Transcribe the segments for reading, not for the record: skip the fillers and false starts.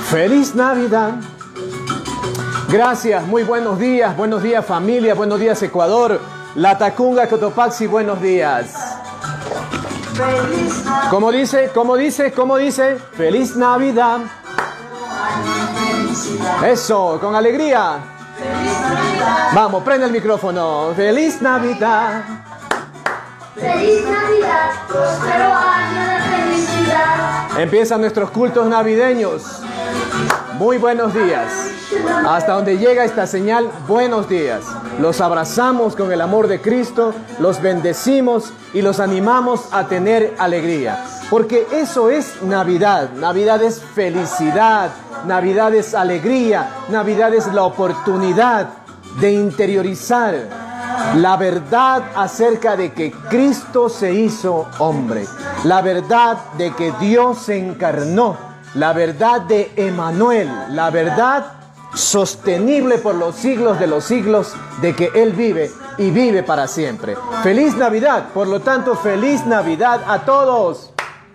¡Feliz Navidad! Gracias, muy buenos días familia, buenos días Ecuador, Latacunga, Cotopaxi, buenos días. ¿Cómo dice? ¡Feliz Navidad! Eso, con alegría. ¡Feliz Navidad! Vamos, prende el micrófono. ¡Feliz Navidad! ¡Feliz Navidad! ¡Próspero año de felicidad! Empiezan nuestros cultos navideños. Muy buenos días. Hasta donde llega esta señal, buenos días. Los abrazamos con el amor de Cristo, los bendecimos y los animamos a tener alegría. Porque eso es Navidad. Navidad es felicidad, Navidad es alegría, Navidad es la oportunidad de interiorizar la verdad acerca de que Cristo se hizo hombre, la verdad de que Dios se encarnó, la verdad de Emmanuel, la verdad sostenible por los siglos de los siglos de que Él vive y vive para siempre. ¡Feliz Navidad! Por lo tanto, ¡feliz Navidad a todos!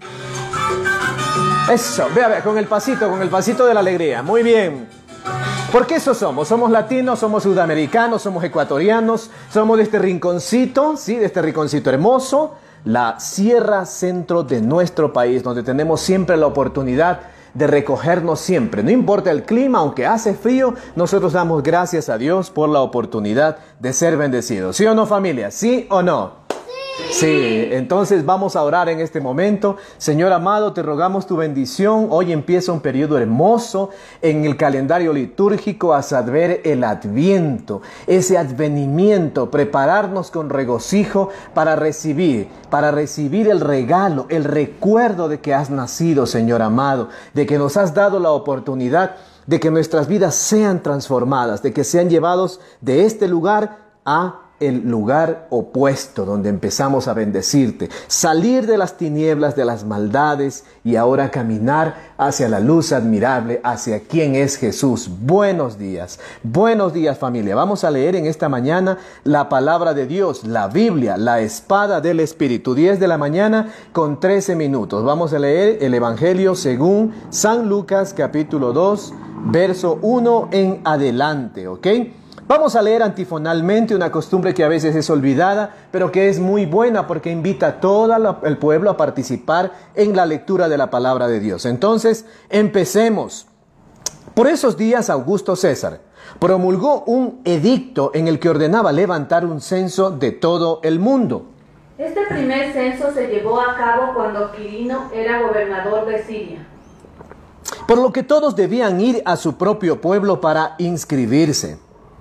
Eso, vea, con el pasito de la alegría. Muy bien. Porque eso somos latinos, somos sudamericanos, somos ecuatorianos, somos de este rinconcito, ¿sí? De este rinconcito hermoso, la sierra centro de nuestro país, donde tenemos siempre la oportunidad de recogernos siempre. No importa el clima, aunque hace frío, nosotros damos gracias a Dios por la oportunidad de ser bendecidos. ¿Sí o no, familia? ¿Sí o no? Sí, entonces vamos a orar en este momento. Señor amado, te rogamos tu bendición. Hoy empieza un periodo hermoso en el calendario litúrgico a saber el Adviento, ese advenimiento, prepararnos con regocijo para recibir el regalo, el recuerdo de que has nacido, Señor amado, de que nos has dado la oportunidad de que nuestras vidas sean transformadas, de que sean llevados de este lugar a el lugar opuesto donde empezamos a bendecirte, salir de las tinieblas, de las maldades y ahora caminar hacia la luz admirable, hacia quien es Jesús. Buenos días familia. Vamos a leer en esta mañana la palabra de Dios, la Biblia, la espada del Espíritu. 10 de la mañana con 13 minutos. Vamos a leer el Evangelio según San Lucas capítulo 2, verso 1 en adelante, ¿ok? Vamos a leer antifonalmente, una costumbre que a veces es olvidada, pero que es muy buena porque invita a todo el pueblo a participar en la lectura de la palabra de Dios. Entonces, empecemos. Por esos días, Augusto César promulgó un edicto en el que ordenaba levantar un censo de todo el mundo. Este primer censo se llevó a cabo cuando Quirino era gobernador de Siria. Por lo que todos debían ir a su propio pueblo para inscribirse.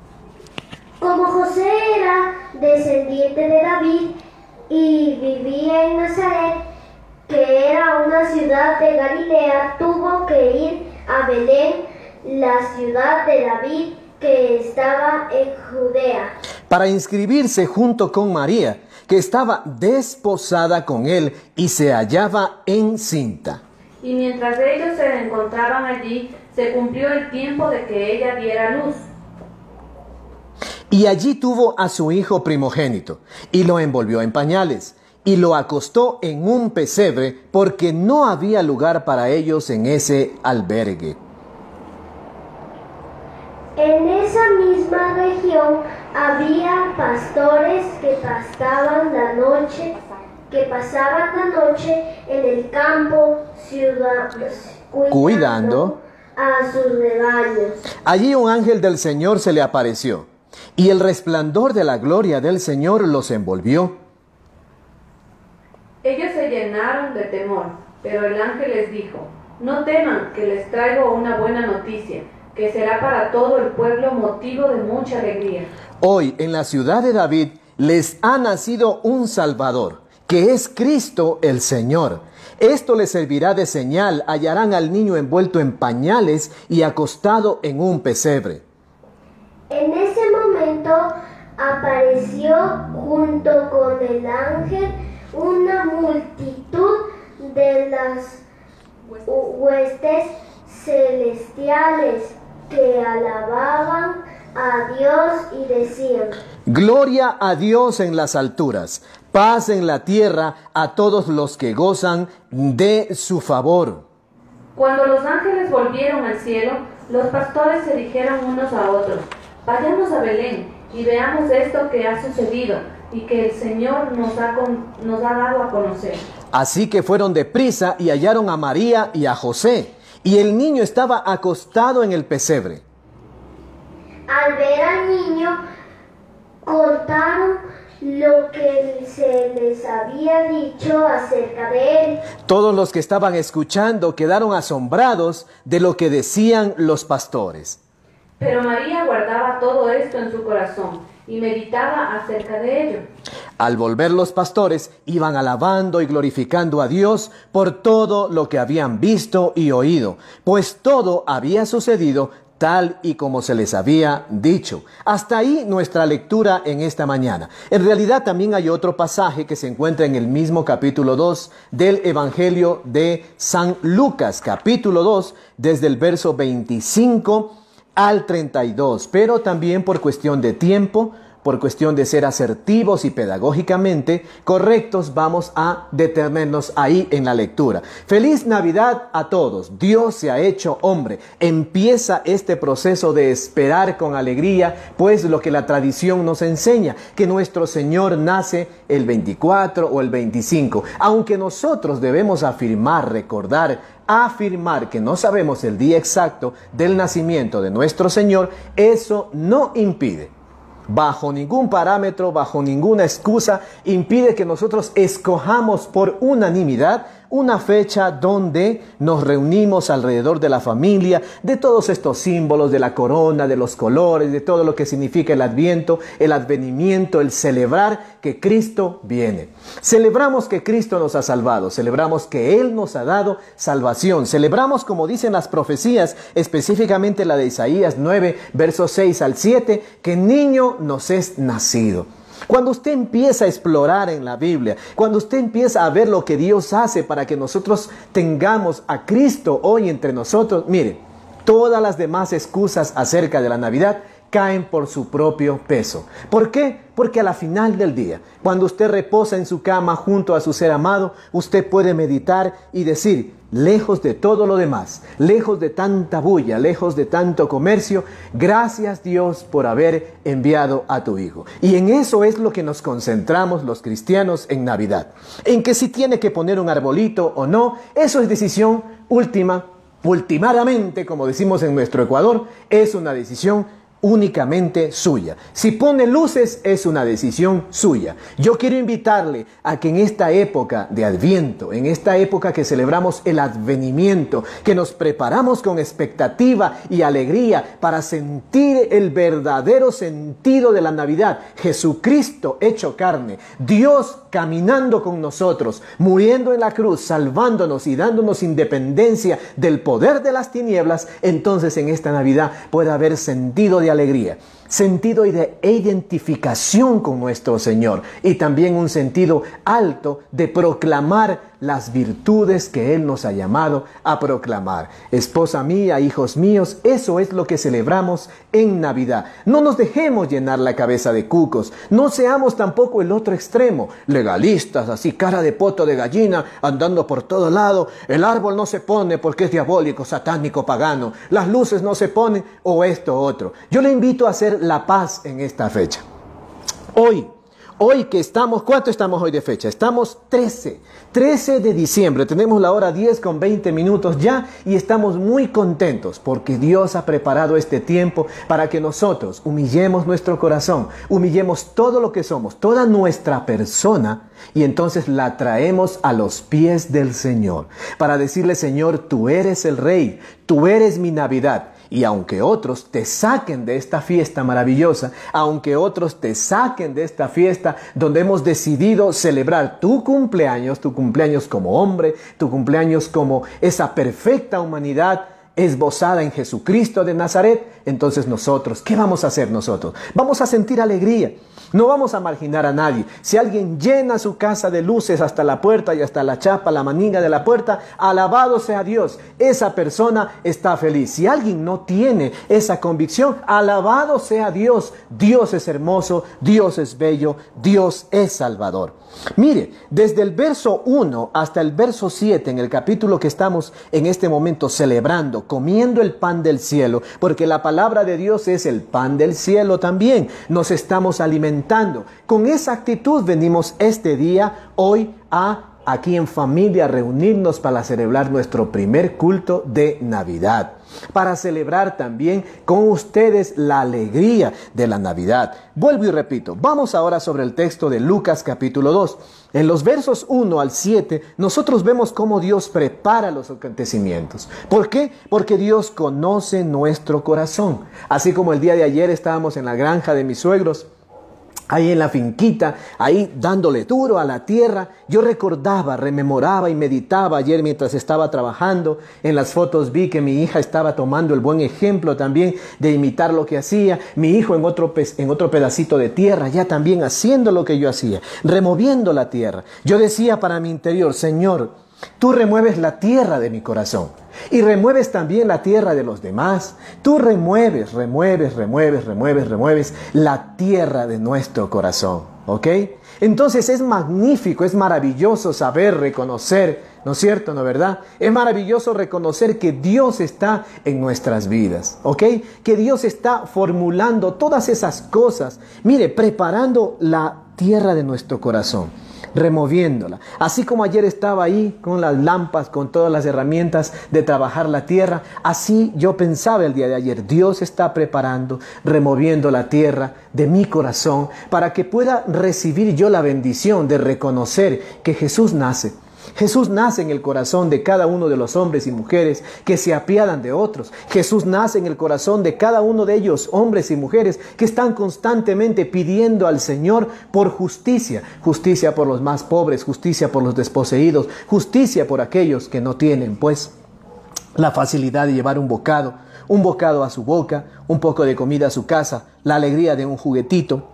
Como José era descendiente de David y vivía en Nazaret, que era una ciudad de Galilea, tuvo que ir a Belén, la ciudad de David, que estaba en Judea, para inscribirse junto con María, que estaba desposada con él y se hallaba encinta. Y mientras ellos se encontraban allí, se cumplió el tiempo de que ella diera luz. Y allí tuvo a su hijo primogénito, y lo envolvió en pañales, y lo acostó en un pesebre, porque no había lugar para ellos en ese albergue. En esa misma región había pastores que pasaban la noche en el campo cuidando a sus rebaños. Allí un ángel del Señor se le apareció, y el resplandor de la gloria del Señor los envolvió. Ellos se llenaron de temor, pero el ángel les dijo: no teman, que les traigo una buena noticia, que será para todo el pueblo motivo de mucha alegría. Hoy en la ciudad de David les ha nacido un Salvador, que es Cristo el Señor. Esto les servirá de señal: hallarán al niño envuelto en pañales y acostado en un pesebre. En ese momento apareció junto con el ángel una multitud de las huestes celestiales que alababan a Dios y decían: Gloria a Dios en las alturas, paz en la tierra a todos los que gozan de su favor. Cuando los ángeles volvieron al cielo, los pastores se dijeron unos a otros: vayamos a Belén y veamos esto que ha sucedido y que el Señor nos ha dado a conocer. Así que fueron deprisa y hallaron a María y a José, y el niño estaba acostado en el pesebre. Al ver al niño, contaron lo que se les había dicho acerca de él. Todos los que estaban escuchando quedaron asombrados de lo que decían los pastores. Pero María guardaba todo esto en su corazón y meditaba acerca de ello. Al volver los pastores, iban alabando y glorificando a Dios por todo lo que habían visto y oído, pues todo había sucedido tal y como se les había dicho. Hasta ahí nuestra lectura en esta mañana. En realidad también hay otro pasaje que se encuentra en el mismo capítulo 2 del Evangelio de San Lucas, capítulo 2, desde el verso 25 al 32, pero también por cuestión de tiempo, por cuestión de ser asertivos y pedagógicamente correctos, vamos a detenernos ahí en la lectura. Feliz Navidad a todos. Dios se ha hecho hombre. Empieza este proceso de esperar con alegría, pues lo que la tradición nos enseña, que nuestro Señor nace el 24 o el 25. Aunque nosotros debemos afirmar que no sabemos el día exacto del nacimiento de nuestro Señor, eso no impide, bajo ningún parámetro, bajo ninguna excusa, impide que nosotros escojamos por unanimidad una fecha donde nos reunimos alrededor de la familia, de todos estos símbolos, de la corona, de los colores, de todo lo que significa el adviento, el advenimiento, el celebrar que Cristo viene. Celebramos que Cristo nos ha salvado, celebramos que Él nos ha dado salvación, celebramos, como dicen las profecías, específicamente la de Isaías 9, versos 6 al 7, que niño nos es nacido. Cuando usted empieza a explorar en la Biblia, cuando usted empieza a ver lo que Dios hace para que nosotros tengamos a Cristo hoy entre nosotros, mire, todas las demás excusas acerca de la Navidad caen por su propio peso. ¿Por qué? Porque a la final del día, cuando usted reposa en su cama junto a su ser amado, usted puede meditar y decir, lejos de todo lo demás, lejos de tanta bulla, lejos de tanto comercio, gracias Dios por haber enviado a tu Hijo. Y en eso es lo que nos concentramos los cristianos en Navidad. En que si tiene que poner un arbolito o no, eso es decisión ultimadamente, como decimos en nuestro Ecuador, es una decisión únicamente suya. Si pone luces, es una decisión suya. Yo quiero invitarle a que en esta época de Adviento, en esta época que celebramos el advenimiento, que nos preparamos con expectativa y alegría para sentir el verdadero sentido de la Navidad, Jesucristo hecho carne, Dios caminando con nosotros, muriendo en la cruz, salvándonos y dándonos independencia del poder de las tinieblas, entonces en esta Navidad puede haber sentido de alegría, sentido de identificación con nuestro Señor y también un sentido alto de proclamar las virtudes que Él nos ha llamado a proclamar. Esposa mía, hijos míos, eso es lo que celebramos en Navidad. No nos dejemos llenar la cabeza de cucos, no seamos tampoco el otro extremo, legalistas, así cara de poto de gallina, andando por todo lado, el árbol no se pone porque es diabólico, satánico, pagano, las luces no se ponen o esto otro. Yo le invito a hacer la paz en esta fecha. Hoy que estamos, ¿cuánto estamos hoy de fecha? Estamos 13 de diciembre, tenemos la hora 10 con 20 minutos ya y estamos muy contentos porque Dios ha preparado este tiempo para que nosotros humillemos nuestro corazón, humillemos todo lo que somos, toda nuestra persona y entonces la traemos a los pies del Señor para decirle, Señor, tú eres el Rey, tú eres mi Navidad. Y aunque otros te saquen de esta fiesta maravillosa, aunque otros te saquen de esta fiesta donde hemos decidido celebrar tu cumpleaños como hombre, tu cumpleaños como esa perfecta humanidad, esbozada en Jesucristo de Nazaret, entonces nosotros, ¿qué vamos a hacer nosotros? Vamos a sentir alegría. No vamos a marginar a nadie. Si alguien llena su casa de luces hasta la puerta y hasta la chapa, la manija de la puerta, alabado sea Dios. Esa persona está feliz. Si alguien no tiene esa convicción, alabado sea Dios. Dios es hermoso, Dios es bello, Dios es salvador. Mire, desde el verso 1 hasta el verso 7, en el capítulo que estamos en este momento celebrando, comiendo el pan del cielo, porque la palabra de Dios es el pan del cielo también. Nos estamos alimentando. Con esa actitud venimos este día, hoy, aquí en familia, a reunirnos para celebrar nuestro primer culto de Navidad. Para celebrar también con ustedes la alegría de la Navidad. Vuelvo y repito, vamos ahora sobre el texto de Lucas capítulo 2. En los versos 1 al 7, nosotros vemos cómo Dios prepara los acontecimientos. ¿Por qué? Porque Dios conoce nuestro corazón. Así como el día de ayer estábamos en la granja de mis suegros, ahí en la finquita, ahí dándole duro a la tierra, yo recordaba, rememoraba y meditaba ayer mientras estaba trabajando. En las fotos vi que mi hija estaba tomando el buen ejemplo también de imitar lo que hacía. Mi hijo en otro pedacito de tierra, ya también haciendo lo que yo hacía, removiendo la tierra. Yo decía para mi interior, Señor, tú remueves la tierra de mi corazón y remueves también la tierra de los demás. Tú remueves la tierra de nuestro corazón, ¿ok? Entonces es magnífico, es maravilloso saber reconocer, ¿no es cierto? ¿No verdad? Es maravilloso reconocer que Dios está en nuestras vidas, ¿ok? Que Dios está formulando todas esas cosas, mire, preparando la tierra de nuestro corazón, removiéndola. Así como ayer estaba ahí con las lámparas, con todas las herramientas de trabajar la tierra, así yo pensaba el día de ayer, Dios está preparando, removiendo la tierra de mi corazón para que pueda recibir yo la bendición de reconocer que Jesús nace. Jesús nace en el corazón de cada uno de los hombres y mujeres que se apiadan de otros. Jesús nace en el corazón de cada uno de ellos, hombres y mujeres, que están constantemente pidiendo al Señor por justicia. Justicia por los más pobres, justicia por los desposeídos, justicia por aquellos que no tienen, pues, la facilidad de llevar un bocado a su boca, un poco de comida a su casa, la alegría de un juguetito,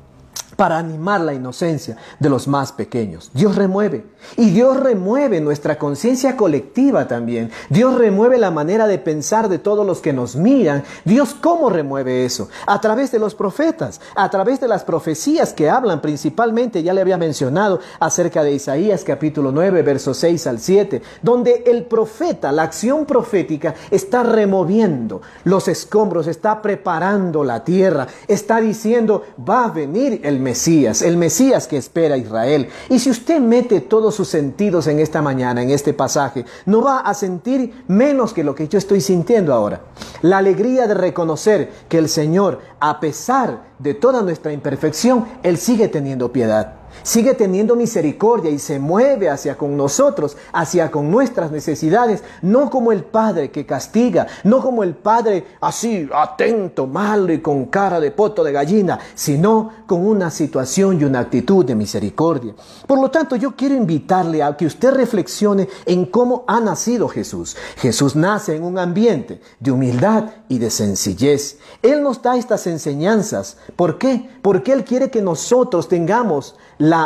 para animar la inocencia de los más pequeños. Dios remueve. Y Dios remueve nuestra conciencia colectiva también. Dios remueve la manera de pensar de todos los que nos miran. Dios, ¿cómo remueve eso? A través de los profetas, a través de las profecías que hablan principalmente, ya le había mencionado, acerca de Isaías capítulo 9, versos 6 al 7, donde el profeta, la acción profética, está removiendo los escombros, está preparando la tierra, está diciendo, va a venir el Mesías que espera Israel. Y si usted mete todos sus sentidos en esta mañana, en este pasaje, no va a sentir menos que lo que yo estoy sintiendo ahora. La alegría de reconocer que el Señor, a pesar de toda nuestra imperfección, Él sigue teniendo piedad. Sigue teniendo misericordia y se mueve hacia con nosotros, hacia con nuestras necesidades, no como el Padre que castiga, no como el Padre así atento, malo y con cara de poto de gallina, sino con una situación y una actitud de misericordia. Por lo tanto, yo quiero invitarle a que usted reflexione en cómo ha nacido Jesús. Jesús nace en un ambiente de humildad y de sencillez. Él nos da estas enseñanzas. ¿Por qué? Porque Él quiere que nosotros tengamos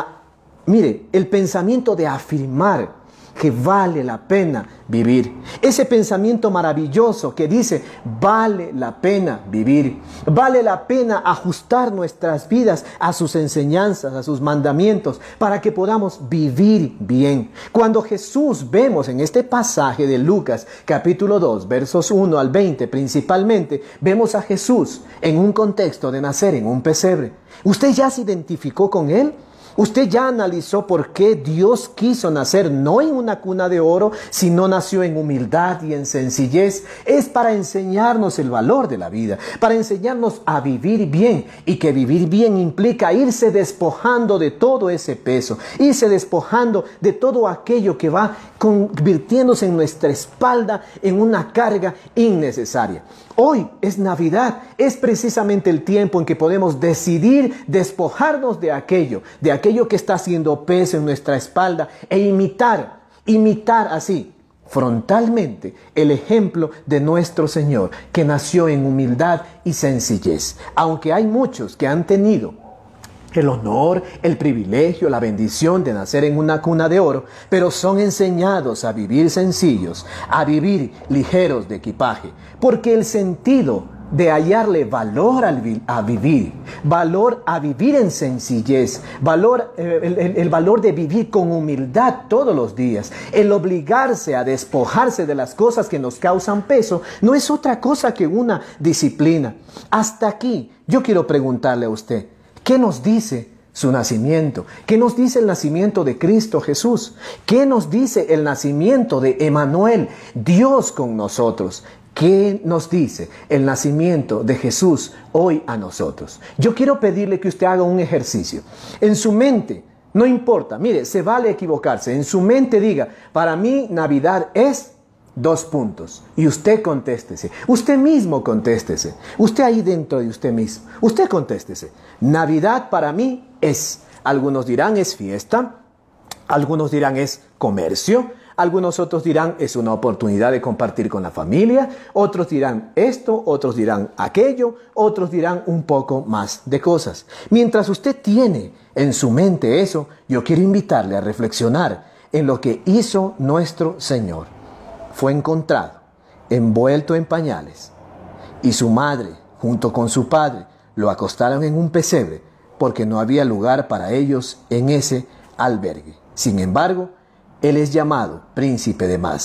el pensamiento de afirmar que vale la pena vivir. Ese pensamiento maravilloso que dice, vale la pena vivir. Vale la pena ajustar nuestras vidas a sus enseñanzas, a sus mandamientos, para que podamos vivir bien. Cuando Jesús vemos en este pasaje de Lucas, capítulo 2, versos 1 al 20, principalmente, vemos a Jesús en un contexto de nacer en un pesebre. ¿Usted ya se identificó con Él? ¿Usted ya analizó por qué Dios quiso nacer no en una cuna de oro, sino nació en humildad y en sencillez? Es para enseñarnos el valor de la vida, para enseñarnos a vivir bien, y que vivir bien implica irse despojando de todo ese peso, irse despojando de todo aquello que va convirtiéndose en nuestra espalda en una carga innecesaria. Hoy es Navidad, es precisamente el tiempo en que podemos decidir despojarnos de aquello que está haciendo peso en nuestra espalda e imitar así frontalmente el ejemplo de nuestro Señor, que nació en humildad y sencillez. Aunque hay muchos que han tenido el honor, el privilegio, la bendición de nacer en una cuna de oro, pero son enseñados a vivir sencillos, a vivir ligeros de equipaje, porque el sentido de hallarle valor a vivir, valor a vivir en sencillez, el valor de vivir con humildad todos los días, el obligarse a despojarse de las cosas que nos causan peso, no es otra cosa que una disciplina. Hasta aquí yo quiero preguntarle a usted, ¿qué nos dice su nacimiento? ¿Qué nos dice el nacimiento de Cristo Jesús? ¿Qué nos dice el nacimiento de Emmanuel, Dios con nosotros? ¿Qué nos dice el nacimiento de Jesús hoy a nosotros? Yo quiero pedirle que usted haga un ejercicio. En su mente, no importa, mire, se vale equivocarse. En su mente diga, para mí Navidad es... Y usted contéstese. Usted mismo contéstese. Usted ahí dentro de usted mismo. Usted contéstese. Navidad para mí es. Algunos dirán es fiesta. Algunos dirán es comercio. Algunos otros dirán es una oportunidad de compartir con la familia. Otros dirán esto. Otros dirán aquello. Otros dirán un poco más de cosas. Mientras usted tiene en su mente eso, yo quiero invitarle a reflexionar en lo que hizo nuestro Señor. Fue encontrado envuelto en pañales y su madre junto con su padre lo acostaron en un pesebre porque no había lugar para ellos en ese albergue. Sin embargo, él es llamado príncipe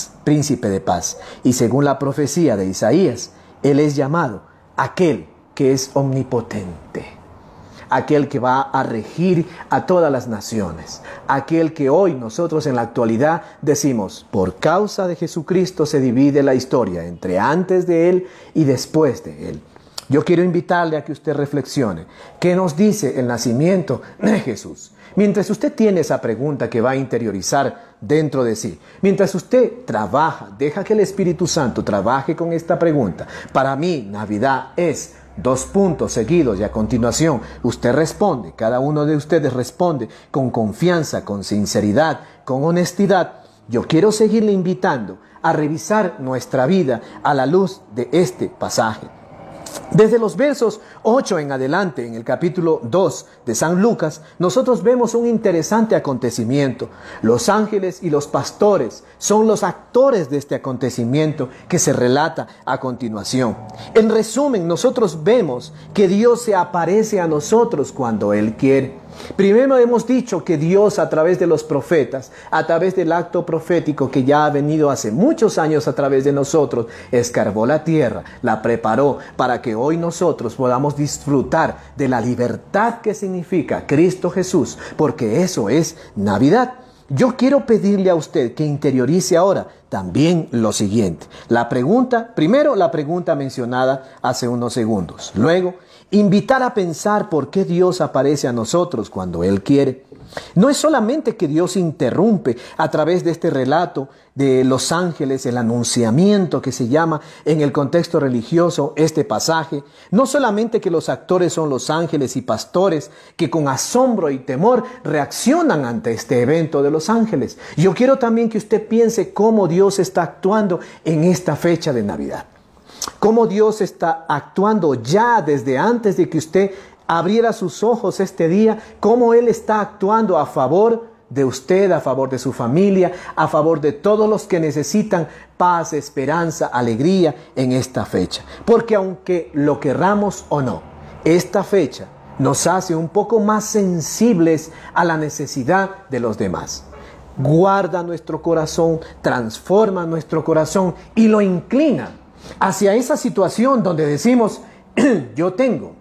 de paz, y según la profecía de Isaías, él es llamado aquel que es omnipotente, aquel que va a regir a todas las naciones, aquel que hoy nosotros en la actualidad decimos, por causa de Jesucristo se divide la historia entre antes de Él y después de Él. Yo quiero invitarle a que usted reflexione. ¿Qué nos dice el nacimiento de Jesús? Mientras usted tiene esa pregunta que va a interiorizar dentro de sí, mientras usted trabaja, deja que el Espíritu Santo trabaje con esta pregunta. Para mí, Navidad es... seguidos y a continuación usted responde, cada uno de ustedes responde con confianza, con sinceridad, con honestidad. Yo quiero seguirle invitando a revisar nuestra vida a la luz de este pasaje. Desde los versos 8 en adelante, en el capítulo 2 de San Lucas, nosotros vemos un interesante acontecimiento. Los ángeles y los pastores son los actores de este acontecimiento que se relata a continuación. En resumen, nosotros vemos que Dios se aparece a nosotros cuando Él quiere. Primero hemos dicho que Dios a través de los profetas, a través del acto profético que ya ha venido hace muchos años a través de nosotros, escarbó la tierra, la preparó para que hoy nosotros podamos disfrutar de la libertad que significa Cristo Jesús, porque eso es Navidad. Yo quiero pedirle a usted que interiorice ahora también lo siguiente. Primero la pregunta mencionada hace unos segundos. Luego, invitar a pensar por qué Dios aparece a nosotros cuando Él quiere. No es solamente que Dios interrumpe a través de este relato de los ángeles, el anunciamiento que se llama en el contexto religioso este pasaje. No solamente que los actores son los ángeles y pastores que con asombro y temor reaccionan ante este evento de los ángeles. Yo quiero también que usted piense cómo Dios está actuando en esta fecha de Navidad. Cómo Dios está actuando ya desde antes de que usted abriera sus ojos este día, cómo Él está actuando a favor de usted, a favor de su familia, a favor de todos los que necesitan paz, esperanza, alegría en esta fecha. Porque aunque lo querramos o no, esta fecha nos hace un poco más sensibles a la necesidad de los demás. Guarda nuestro corazón, transforma nuestro corazón y lo inclina hacia esa situación donde decimos, yo tengo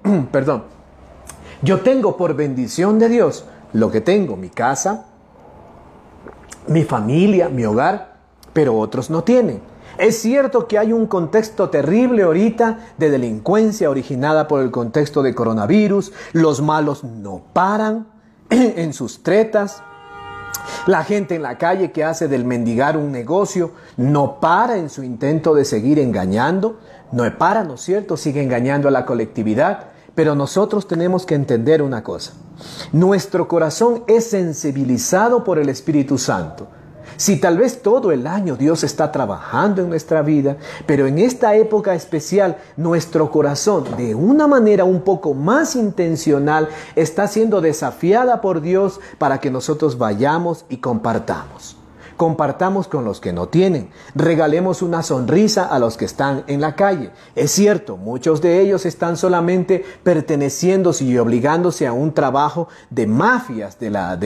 por bendición de Dios lo que tengo, mi casa, mi familia, mi hogar, pero otros no tienen. Es cierto que hay un contexto terrible ahorita de delincuencia originada por el contexto de coronavirus. Los malos no paran en sus tretas. La gente en la calle que hace del mendigar un negocio no para en su intento de seguir engañando. No para, ¿no es cierto? Sigue engañando a la colectividad. Pero nosotros tenemos que entender una cosa. Nuestro corazón es sensibilizado por el Espíritu Santo. Si tal vez todo el año Dios está trabajando en nuestra vida, pero en esta época especial nuestro corazón, de una manera un poco más intencional, está siendo desafiada por Dios para que nosotros vayamos y compartamos. Compartamos con los que no tienen. Regalemos una sonrisa a los que están en la calle. Es cierto, muchos de ellos están solamente perteneciéndose y obligándose a un trabajo de mafias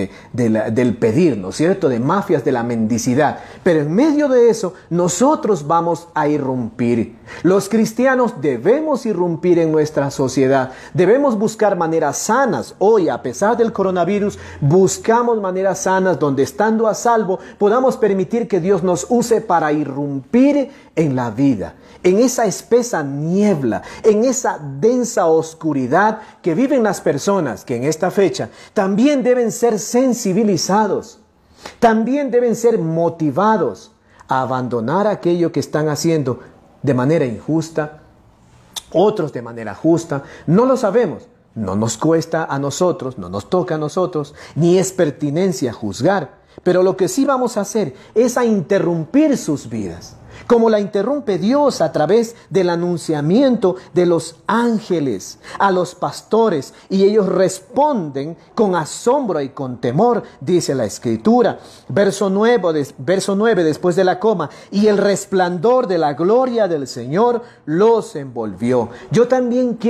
del pedir, ¿no es cierto? De mafias de la mendicidad. Pero en medio de eso, nosotros vamos a irrumpir. Los cristianos debemos irrumpir en nuestra sociedad. Debemos buscar maneras sanas. Hoy, a pesar del coronavirus, buscamos maneras sanas donde, estando a salvo, podamos permitir que Dios nos use para irrumpir en la vida, en esa espesa niebla, en esa densa oscuridad que viven las personas que en esta fecha también deben ser sensibilizados, también deben ser motivados a abandonar aquello que están haciendo de manera injusta, otros de manera justa. No lo sabemos, no nos cuesta a nosotros, no nos toca a nosotros, ni es pertinencia juzgar. Pero lo que sí vamos a hacer es a interrumpir sus vidas, como la interrumpe Dios a través del anunciamiento de los ángeles a los pastores, y ellos responden con asombro y con temor, dice la Escritura. Verso 9 después de la coma: y el resplandor de la gloria del Señor los envolvió. Yo también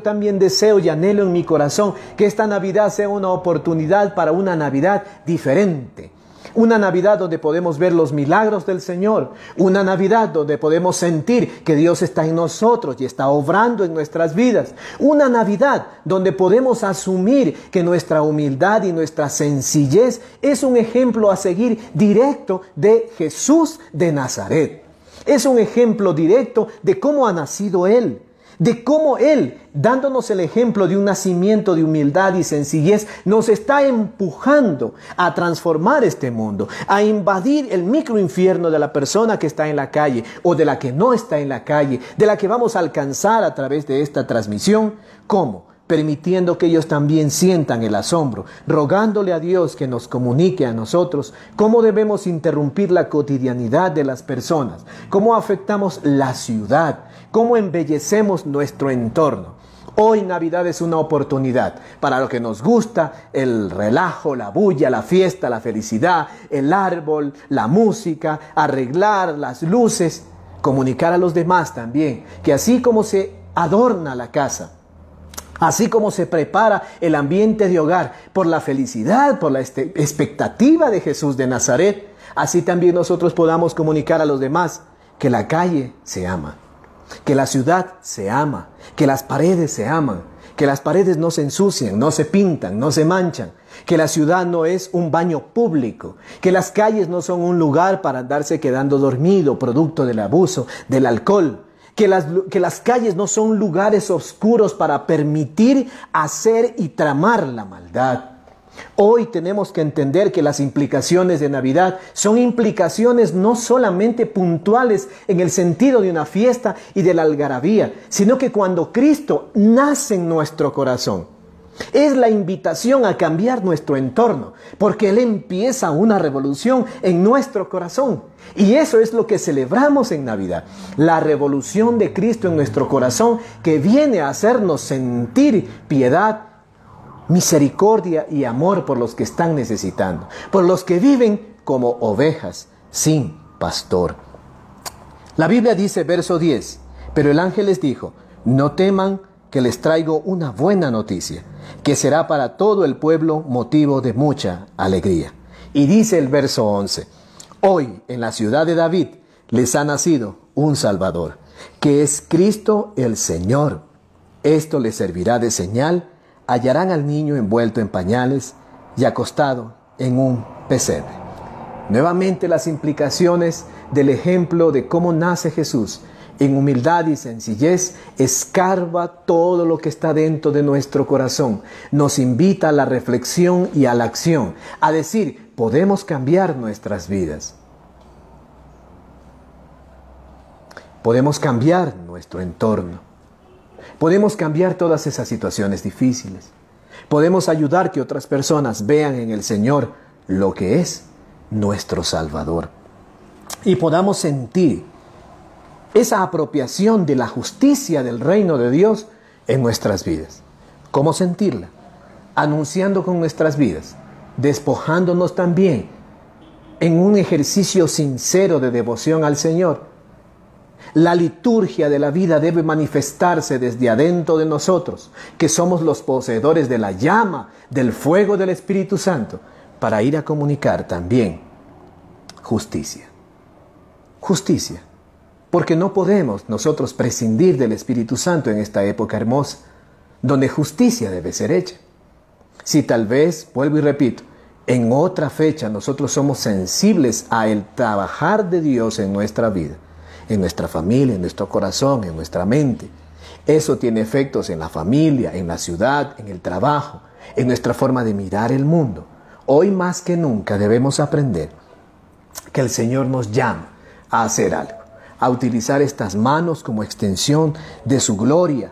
deseo y anhelo en mi corazón que esta Navidad sea una oportunidad para una Navidad diferente. Una Navidad donde podemos ver los milagros del Señor. Una Navidad donde podemos sentir que Dios está en nosotros y está obrando en nuestras vidas. Una Navidad donde podemos asumir que nuestra humildad y nuestra sencillez es un ejemplo a seguir directo de Jesús de Nazaret. Es un ejemplo directo de cómo ha nacido Él. De cómo Él, dándonos el ejemplo de un nacimiento de humildad y sencillez, nos está empujando a transformar este mundo, a invadir el microinfierno de la persona que está en la calle o de la que no está en la calle, de la que vamos a alcanzar a través de esta transmisión. ¿Cómo? Permitiendo que ellos también sientan el asombro, rogándole a Dios que nos comunique a nosotros cómo debemos interrumpir la cotidianidad de las personas, cómo afectamos la ciudad, cómo embellecemos nuestro entorno. Hoy Navidad es una oportunidad para lo que nos gusta: el relajo, la bulla, la fiesta, la felicidad, el árbol, la música, arreglar las luces, comunicar a los demás también que así como se adorna la casa, así como se prepara el ambiente de hogar por la felicidad, por la expectativa de Jesús de Nazaret, así también nosotros podamos comunicar a los demás que la calle se ama, que la ciudad se ama, que las paredes se aman, que las paredes no se ensucian, no se pintan, no se manchan, que la ciudad no es un baño público, que las calles no son un lugar para andarse quedando dormido producto del abuso del alcohol, que las calles no son lugares oscuros para permitir hacer y tramar la maldad. Hoy tenemos que entender que las implicaciones de Navidad son implicaciones no solamente puntuales en el sentido de una fiesta y de la algarabía, sino que cuando Cristo nace en nuestro corazón, es la invitación a cambiar nuestro entorno, porque Él empieza una revolución en nuestro corazón. Y eso es lo que celebramos en Navidad, la revolución de Cristo en nuestro corazón, que viene a hacernos sentir piedad, misericordia y amor por los que están necesitando, por los que viven como ovejas sin pastor. La Biblia dice, verso 10, pero el ángel les dijo: no teman, que les traigo una buena noticia, que será para todo el pueblo motivo de mucha alegría. Y dice el verso 11, hoy en la ciudad de David les ha nacido un Salvador, que es Cristo el Señor. Esto les servirá de señal: hallarán al niño envuelto en pañales y acostado en un pesebre. Nuevamente las implicaciones del ejemplo de cómo nace Jesús. En humildad y sencillez, escarba todo lo que está dentro de nuestro corazón. Nos invita a la reflexión y a la acción, a decir, podemos cambiar nuestras vidas. Podemos cambiar nuestro entorno. Podemos cambiar todas esas situaciones difíciles. Podemos ayudar que otras personas vean en el Señor lo que es nuestro Salvador. Y podamos sentir esa apropiación de la justicia del reino de Dios en nuestras vidas. ¿Cómo sentirla? Anunciando con nuestras vidas, despojándonos también en un ejercicio sincero de devoción al Señor. La liturgia de la vida debe manifestarse desde adentro de nosotros, que somos los poseedores de la llama, del fuego del Espíritu Santo, para ir a comunicar también justicia. Justicia. Porque no podemos nosotros prescindir del Espíritu Santo en esta época hermosa, donde justicia debe ser hecha. Si tal vez, vuelvo y repito, en otra fecha nosotros somos sensibles a el trabajar de Dios en nuestra vida, en nuestra familia, en nuestro corazón, en nuestra mente. Eso tiene efectos en la familia, en la ciudad, en el trabajo, en nuestra forma de mirar el mundo. Hoy más que nunca debemos aprender que el Señor nos llama a hacer algo, a utilizar estas manos como extensión de su gloria,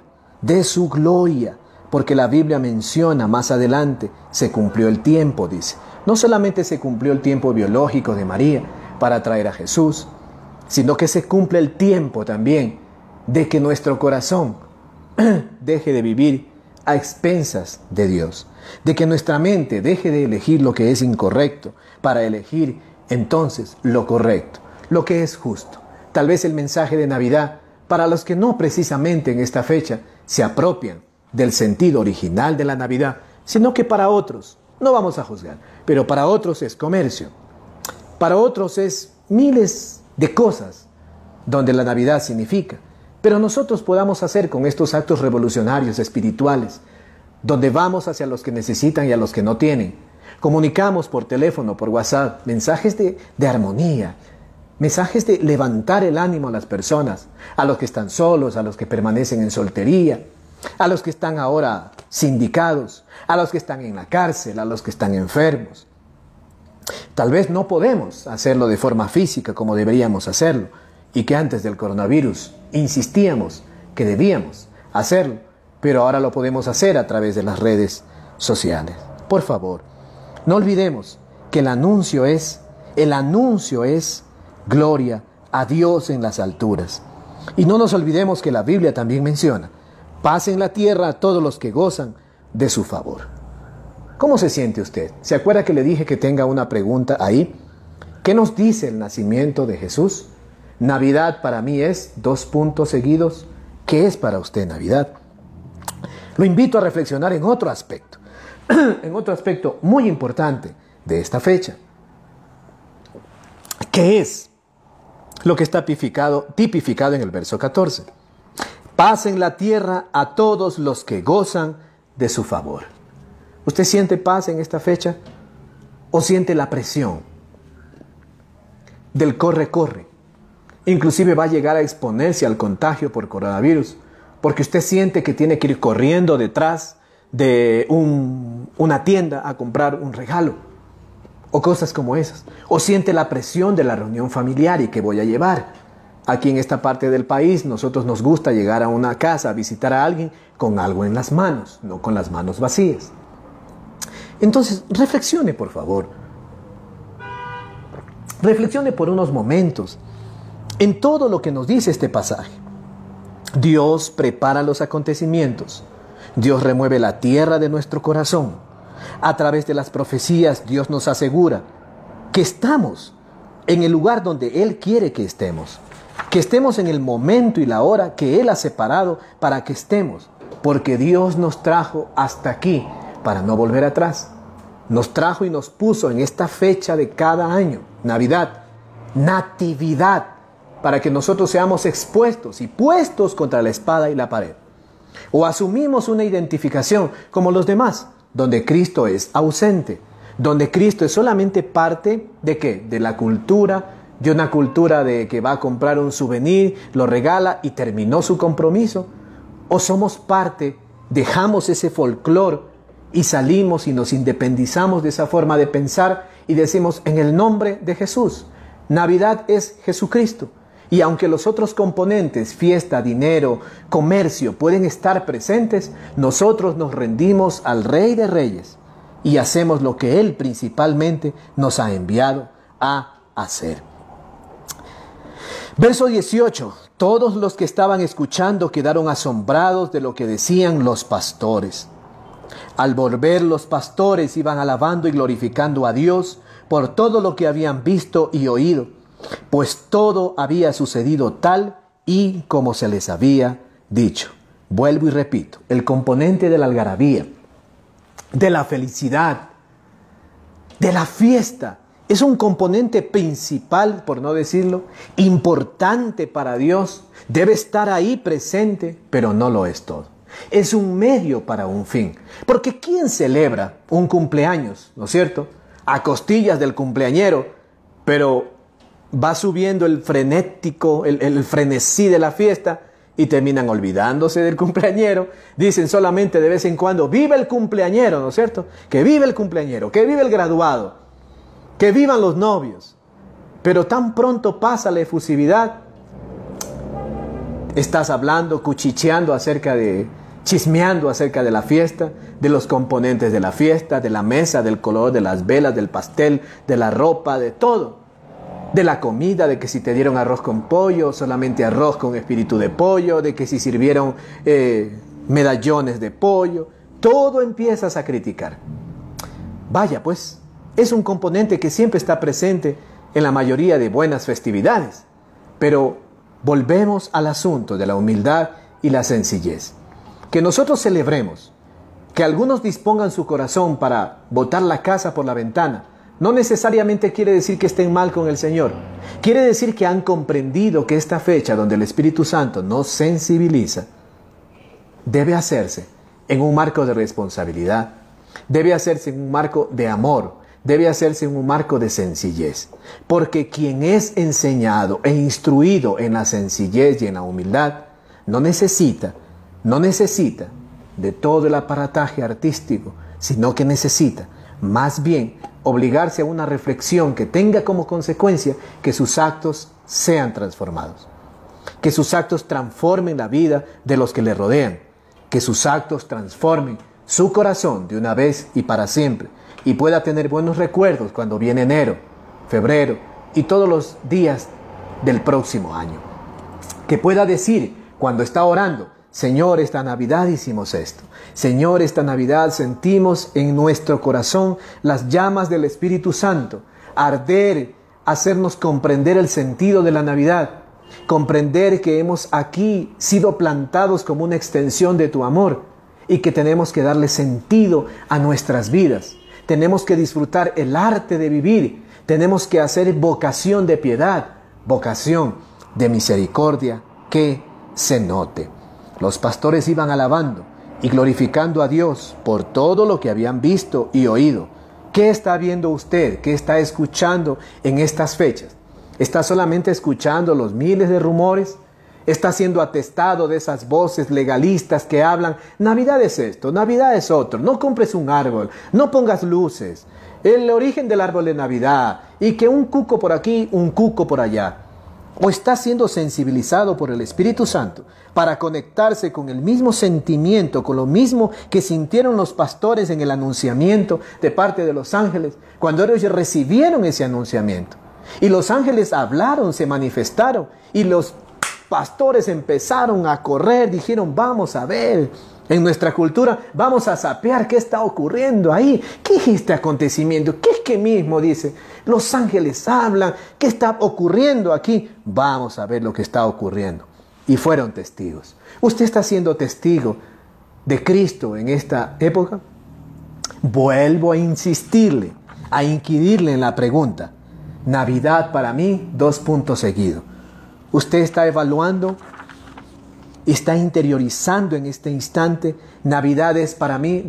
porque la Biblia menciona más adelante, se cumplió el tiempo, dice. No solamente se cumplió el tiempo biológico de María para traer a Jesús, sino que se cumple el tiempo también de que nuestro corazón deje de vivir a expensas de Dios, de que nuestra mente deje de elegir lo que es incorrecto para elegir entonces lo correcto, lo que es justo. Tal vez el mensaje de Navidad, para los que no precisamente en esta fecha se apropian del sentido original de la Navidad, sino que para otros, no vamos a juzgar, pero para otros es comercio, para otros es miles de cosas donde la Navidad significa, pero nosotros podamos hacer con estos actos revolucionarios espirituales, donde vamos hacia los que necesitan y a los que no tienen, comunicamos por teléfono, por WhatsApp, mensajes de armonía, mensajes de levantar el ánimo a las personas, a los que están solos, a los que permanecen en soltería, a los que están ahora sindicados, a los que están en la cárcel, a los que están enfermos. Tal vez no podemos hacerlo de forma física como deberíamos hacerlo y que antes del coronavirus insistíamos que debíamos hacerlo, pero ahora lo podemos hacer a través de las redes sociales. Por favor, no olvidemos que el anuncio es gloria a Dios en las alturas. Y no nos olvidemos que la Biblia también menciona: paz en la tierra a todos los que gozan de su favor. ¿Cómo se siente usted? ¿Se acuerda que le dije que tenga una pregunta ahí? ¿Qué nos dice el nacimiento de Jesús? Navidad para mí es, seguidos. ¿Qué es para usted Navidad? Lo invito a reflexionar en otro aspecto, en otro aspecto muy importante de esta fecha. ¿Qué es lo que está tipificado en el verso 14? Paz en la tierra a todos los que gozan de su favor. ¿Usted siente paz en esta fecha? ¿O siente la presión del corre? Inclusive va a llegar a exponerse al contagio por coronavirus, porque usted siente que tiene que ir corriendo detrás de una tienda a comprar un regalo, o cosas como esas. O siente la presión de la reunión familiar y que voy a llevar. Aquí en esta parte del país, nosotros nos gusta llegar a una casa a visitar a alguien con algo en las manos, no con las manos vacías. Entonces, reflexione, por favor. Reflexione por unos momentos en todo lo que nos dice este pasaje. Dios prepara los acontecimientos. Dios remueve la tierra de nuestro corazón. A través de las profecías, Dios nos asegura que estamos en el lugar donde Él quiere que estemos en el momento y la hora que Él ha separado para que estemos, porque Dios nos trajo hasta aquí para no volver atrás. Nos trajo y nos puso en esta fecha de cada año, Navidad, Natividad, para que nosotros seamos expuestos y puestos contra la espada y la pared. O asumimos una identificación como los demás, donde Cristo es ausente, donde Cristo es solamente parte ¿de qué? De la cultura, de una cultura de que va a comprar un souvenir, lo regala y terminó su compromiso. O somos parte, dejamos ese folclore y salimos y nos independizamos de esa forma de pensar y decimos en el nombre de Jesús. Navidad es Jesucristo. Y aunque los otros componentes, fiesta, dinero, comercio, pueden estar presentes, nosotros nos rendimos al Rey de Reyes y hacemos lo que Él principalmente nos ha enviado a hacer. Verso 18. Todos los que estaban escuchando quedaron asombrados de lo que decían los pastores. Al volver, los pastores iban alabando y glorificando a Dios por todo lo que habían visto y oído, pues todo había sucedido tal y como se les había dicho. Vuelvo y repito, el componente de la algarabía, de la felicidad, de la fiesta, es un componente principal, por no decirlo, importante para Dios. Debe estar ahí presente, pero no lo es todo. Es un medio para un fin. Porque ¿quién celebra un cumpleaños, no es cierto? A costillas del cumpleañero, pero va subiendo el frenético, el frenesí de la fiesta y terminan olvidándose del cumpleañero. Dicen solamente de vez en cuando, vive el cumpleañero, ¿no es cierto? Que vive el cumpleañero, que vive el graduado, que vivan los novios. Pero tan pronto pasa la efusividad, estás hablando, cuchicheando chismeando acerca de la fiesta, de los componentes de la fiesta, de la mesa, del color de las velas, del pastel, de la ropa, de todo. De la comida, de que si te dieron arroz con pollo, solamente arroz con espíritu de pollo, de que si sirvieron medallones de pollo, todo empiezas a criticar. Vaya pues, es un componente que siempre está presente en la mayoría de buenas festividades. Pero volvemos al asunto de la humildad y la sencillez. Que nosotros celebremos, que algunos dispongan su corazón para botar la casa por la ventana, no necesariamente quiere decir que estén mal con el Señor. Quiere decir que han comprendido que esta fecha donde el Espíritu Santo nos sensibiliza, debe hacerse en un marco de responsabilidad, debe hacerse en un marco de amor, debe hacerse en un marco de sencillez. Porque quien es enseñado e instruido en la sencillez y en la humildad, no necesita de todo el aparataje artístico, sino que necesita más bien obligarse a una reflexión que tenga como consecuencia que sus actos sean transformados, que sus actos transformen la vida de los que le rodean, que sus actos transformen su corazón de una vez y para siempre, y pueda tener buenos recuerdos cuando viene enero, febrero y todos los días del próximo año. Que pueda decir cuando está orando, Señor, esta Navidad hicimos esto. Señor, esta Navidad sentimos en nuestro corazón las llamas del Espíritu Santo arder, hacernos comprender el sentido de la Navidad, comprender que hemos aquí sido plantados como una extensión de tu amor y que tenemos que darle sentido a nuestras vidas. Tenemos que disfrutar el arte de vivir, tenemos que hacer vocación de piedad, vocación de misericordia que se note. Los pastores iban alabando y glorificando a Dios por todo lo que habían visto y oído. ¿Qué está viendo usted? ¿Qué está escuchando en estas fechas? ¿Está solamente escuchando los miles de rumores? ¿Está siendo atestado de esas voces legalistas que hablan, Navidad es esto, Navidad es otro, no compres un árbol, no pongas luces, el origen del árbol de Navidad, y que un cuco por aquí, un cuco por allá? ¿O está siendo sensibilizado por el Espíritu Santo para conectarse con el mismo sentimiento, con lo mismo que sintieron los pastores en el anunciamiento de parte de los ángeles, cuando ellos recibieron ese anunciamiento? Y los ángeles hablaron, se manifestaron, y los pastores empezaron a correr, dijeron, vamos a ver, en nuestra cultura, vamos a sapear qué está ocurriendo ahí, qué es este acontecimiento, qué es que mismo dice, los ángeles hablan, qué está ocurriendo aquí, vamos a ver lo que está ocurriendo. Y fueron testigos. ¿Usted está siendo testigo de Cristo en esta época? Vuelvo a insistirle, a inquirirle en la pregunta, Navidad para mí, seguidos. ¿Usted está evaluando? ¿Está interiorizando en este instante? Navidad es para mí,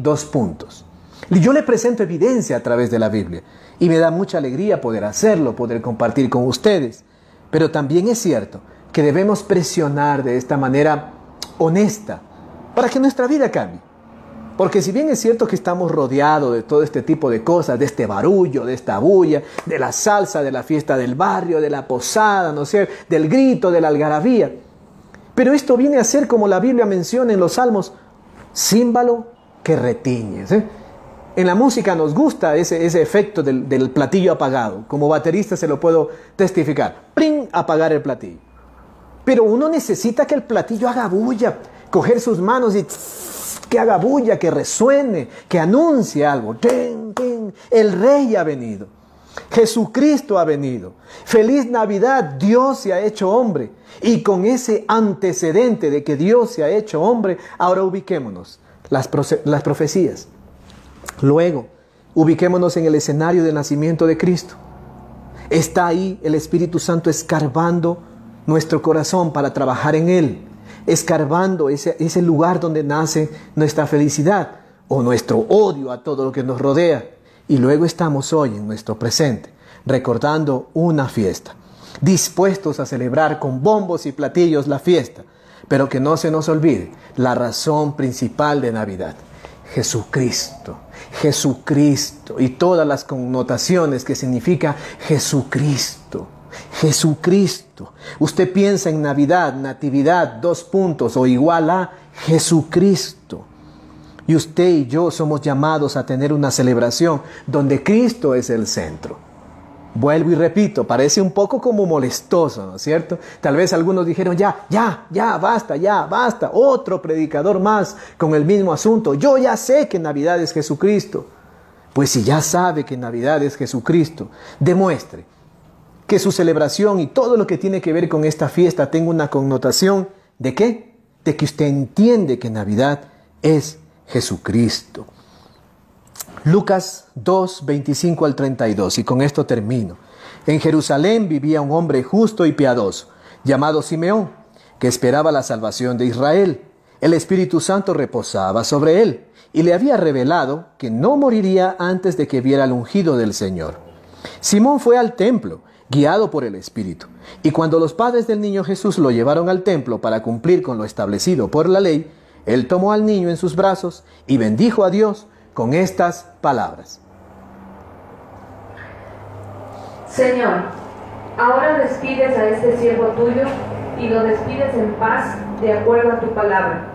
Y yo le presento evidencia a través de la Biblia. Y me da mucha alegría poder hacerlo, poder compartir con ustedes. Pero también es cierto que debemos presionar de esta manera honesta para que nuestra vida cambie. Porque si bien es cierto que estamos rodeados de todo este tipo de cosas, de este barullo, de esta bulla, de la salsa, de la fiesta del barrio, de la posada, ¿no sé, del grito, de la algarabía. Pero esto viene a ser, como la Biblia menciona en los Salmos, címbalo que retiñe, ¿sí? En la música nos gusta ese efecto del platillo apagado. Como baterista se lo puedo testificar. ¡Pring! Apagar el platillo. Pero uno necesita que el platillo haga bulla. Coger sus manos y que haga bulla, que resuene, que anuncie algo. ¡Tin, tin! El Rey ha venido. Jesucristo ha venido. ¡Feliz Navidad! Dios se ha hecho hombre. Y con ese antecedente de que Dios se ha hecho hombre, ahora ubiquémonos. Las profecías. Luego, ubiquémonos en el escenario del nacimiento de Cristo. Está ahí el Espíritu Santo escarbando nuestro corazón para trabajar en él, escarbando ese lugar donde nace nuestra felicidad o nuestro odio a todo lo que nos rodea. Y luego estamos hoy en nuestro presente, recordando una fiesta, dispuestos a celebrar con bombos y platillos la fiesta, pero que no se nos olvide la razón principal de Navidad. Jesucristo, Jesucristo y todas las connotaciones que significa Jesucristo, Jesucristo. Usted piensa en Navidad, Natividad, o igual a Jesucristo. Y usted y yo somos llamados a tener una celebración donde Cristo es el centro. Vuelvo y repito, parece un poco como molestoso, ¿no es cierto? Tal vez algunos dijeron, ya, basta, otro predicador más con el mismo asunto. Yo ya sé que Navidad es Jesucristo. Pues si ya sabe que Navidad es Jesucristo, demuestre que su celebración y todo lo que tiene que ver con esta fiesta tenga una connotación ¿de qué? De que usted entiende que Navidad es Jesucristo. Lucas 2, 25 al 32, y con esto termino. En Jerusalén vivía un hombre justo y piadoso, llamado Simeón, que esperaba la salvación de Israel. El Espíritu Santo reposaba sobre él, y le había revelado que no moriría antes de que viera el ungido del Señor. Simón fue al templo, guiado por el Espíritu, y cuando los padres del niño Jesús lo llevaron al templo para cumplir con lo establecido por la ley, él tomó al niño en sus brazos y bendijo a Dios con estas palabras. Señor, ahora despides a este siervo tuyo y lo despides en paz de acuerdo a tu palabra.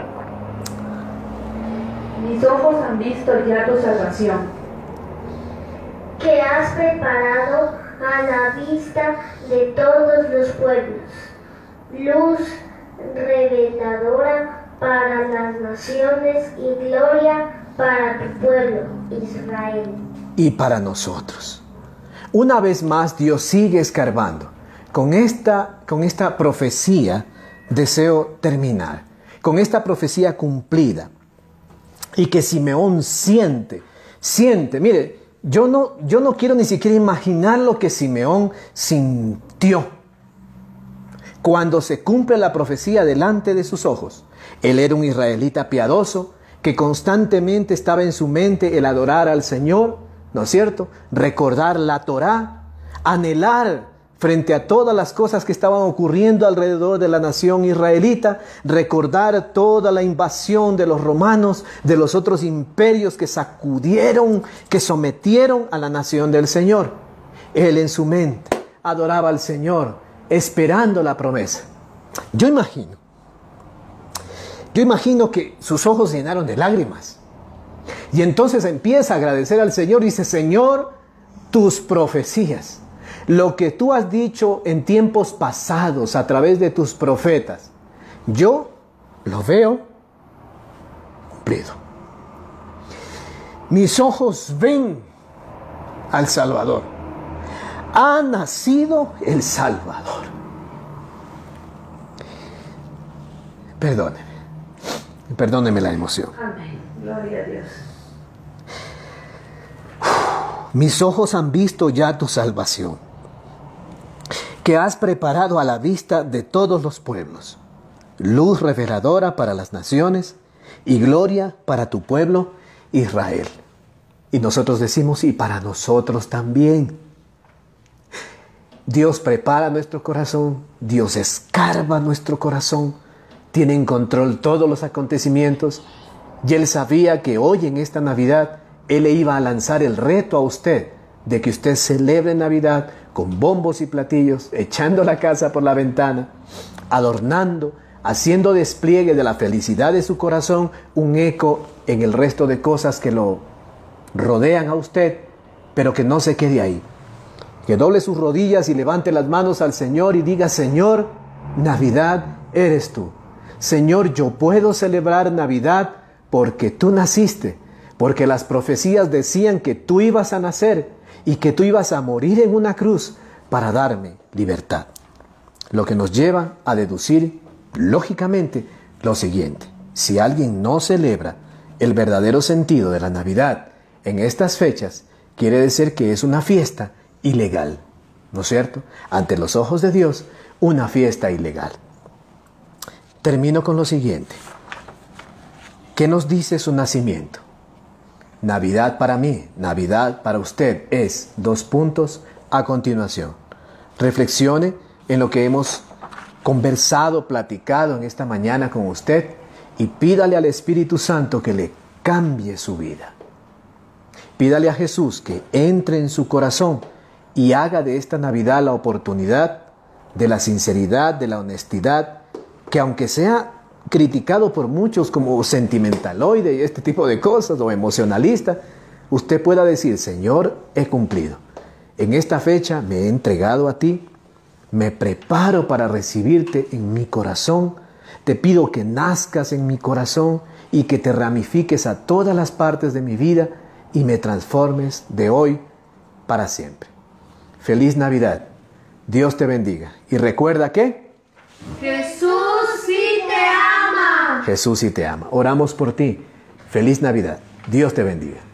Mis ojos han visto ya tu salvación, que has preparado a la vista de todos los pueblos, luz reveladora para las naciones y gloria para tu pueblo, Israel. Y para nosotros. Una vez más, Dios sigue escarbando. Con esta profecía deseo terminar. Con esta profecía cumplida. Y que Simeón siente. Mire, yo no quiero ni siquiera imaginar lo que Simeón sintió cuando se cumple la profecía delante de sus ojos. Él era un israelita piadoso que constantemente estaba en su mente el adorar al Señor, ¿no es cierto? Recordar la Torá, anhelar frente a todas las cosas que estaban ocurriendo alrededor de la nación israelita, recordar toda la invasión de los romanos, de los otros imperios que sacudieron, que sometieron a la nación del Señor. Él en su mente adoraba al Señor, esperando la promesa. Yo imagino que sus ojos se llenaron de lágrimas. Y entonces empieza a agradecer al Señor y dice, Señor, tus profecías, lo que tú has dicho en tiempos pasados a través de tus profetas, yo lo veo cumplido. Mis ojos ven al Salvador. Ha nacido el Salvador. Perdóneme la emoción. Amén. Gloria a Dios. Mis ojos han visto ya tu salvación, que has preparado a la vista de todos los pueblos, luz reveladora para las naciones y gloria para tu pueblo Israel. Y nosotros decimos, y para nosotros también. Dios prepara nuestro corazón, Dios escarba nuestro corazón, tiene en control todos los acontecimientos, y Él sabía que hoy en esta Navidad Él le iba a lanzar el reto a usted de que usted celebre Navidad con bombos y platillos, echando la casa por la ventana, adornando, haciendo despliegue de la felicidad de su corazón, un eco en el resto de cosas que lo rodean a usted, pero que no se quede ahí. Que doble sus rodillas y levante las manos al Señor y diga: Señor, Navidad eres tú. Señor, yo puedo celebrar Navidad porque tú naciste, porque las profecías decían que tú ibas a nacer y que tú ibas a morir en una cruz para darme libertad. Lo que nos lleva a deducir, lógicamente, lo siguiente: si alguien no celebra el verdadero sentido de la Navidad en estas fechas, quiere decir que es una fiesta ilegal, ¿no es cierto? Ante los ojos de Dios, una fiesta ilegal. Termino con lo siguiente. ¿Qué nos dice su nacimiento? Navidad para mí, Navidad para usted es, a continuación. Reflexione en lo que hemos conversado, platicado en esta mañana con usted y pídale al Espíritu Santo que le cambie su vida. Pídale a Jesús que entre en su corazón y haga de esta Navidad la oportunidad de la sinceridad, de la honestidad, que aunque sea criticado por muchos como sentimentaloide y este tipo de cosas, o emocionalista, usted pueda decir: Señor, he cumplido. En esta fecha me he entregado a ti, me preparo para recibirte en mi corazón, te pido que nazcas en mi corazón y que te ramifiques a todas las partes de mi vida y me transformes de hoy para siempre. Feliz Navidad. Dios te bendiga. Y recuerda que Jesús sí te ama. Jesús sí te ama. Oramos por ti. Feliz Navidad. Dios te bendiga.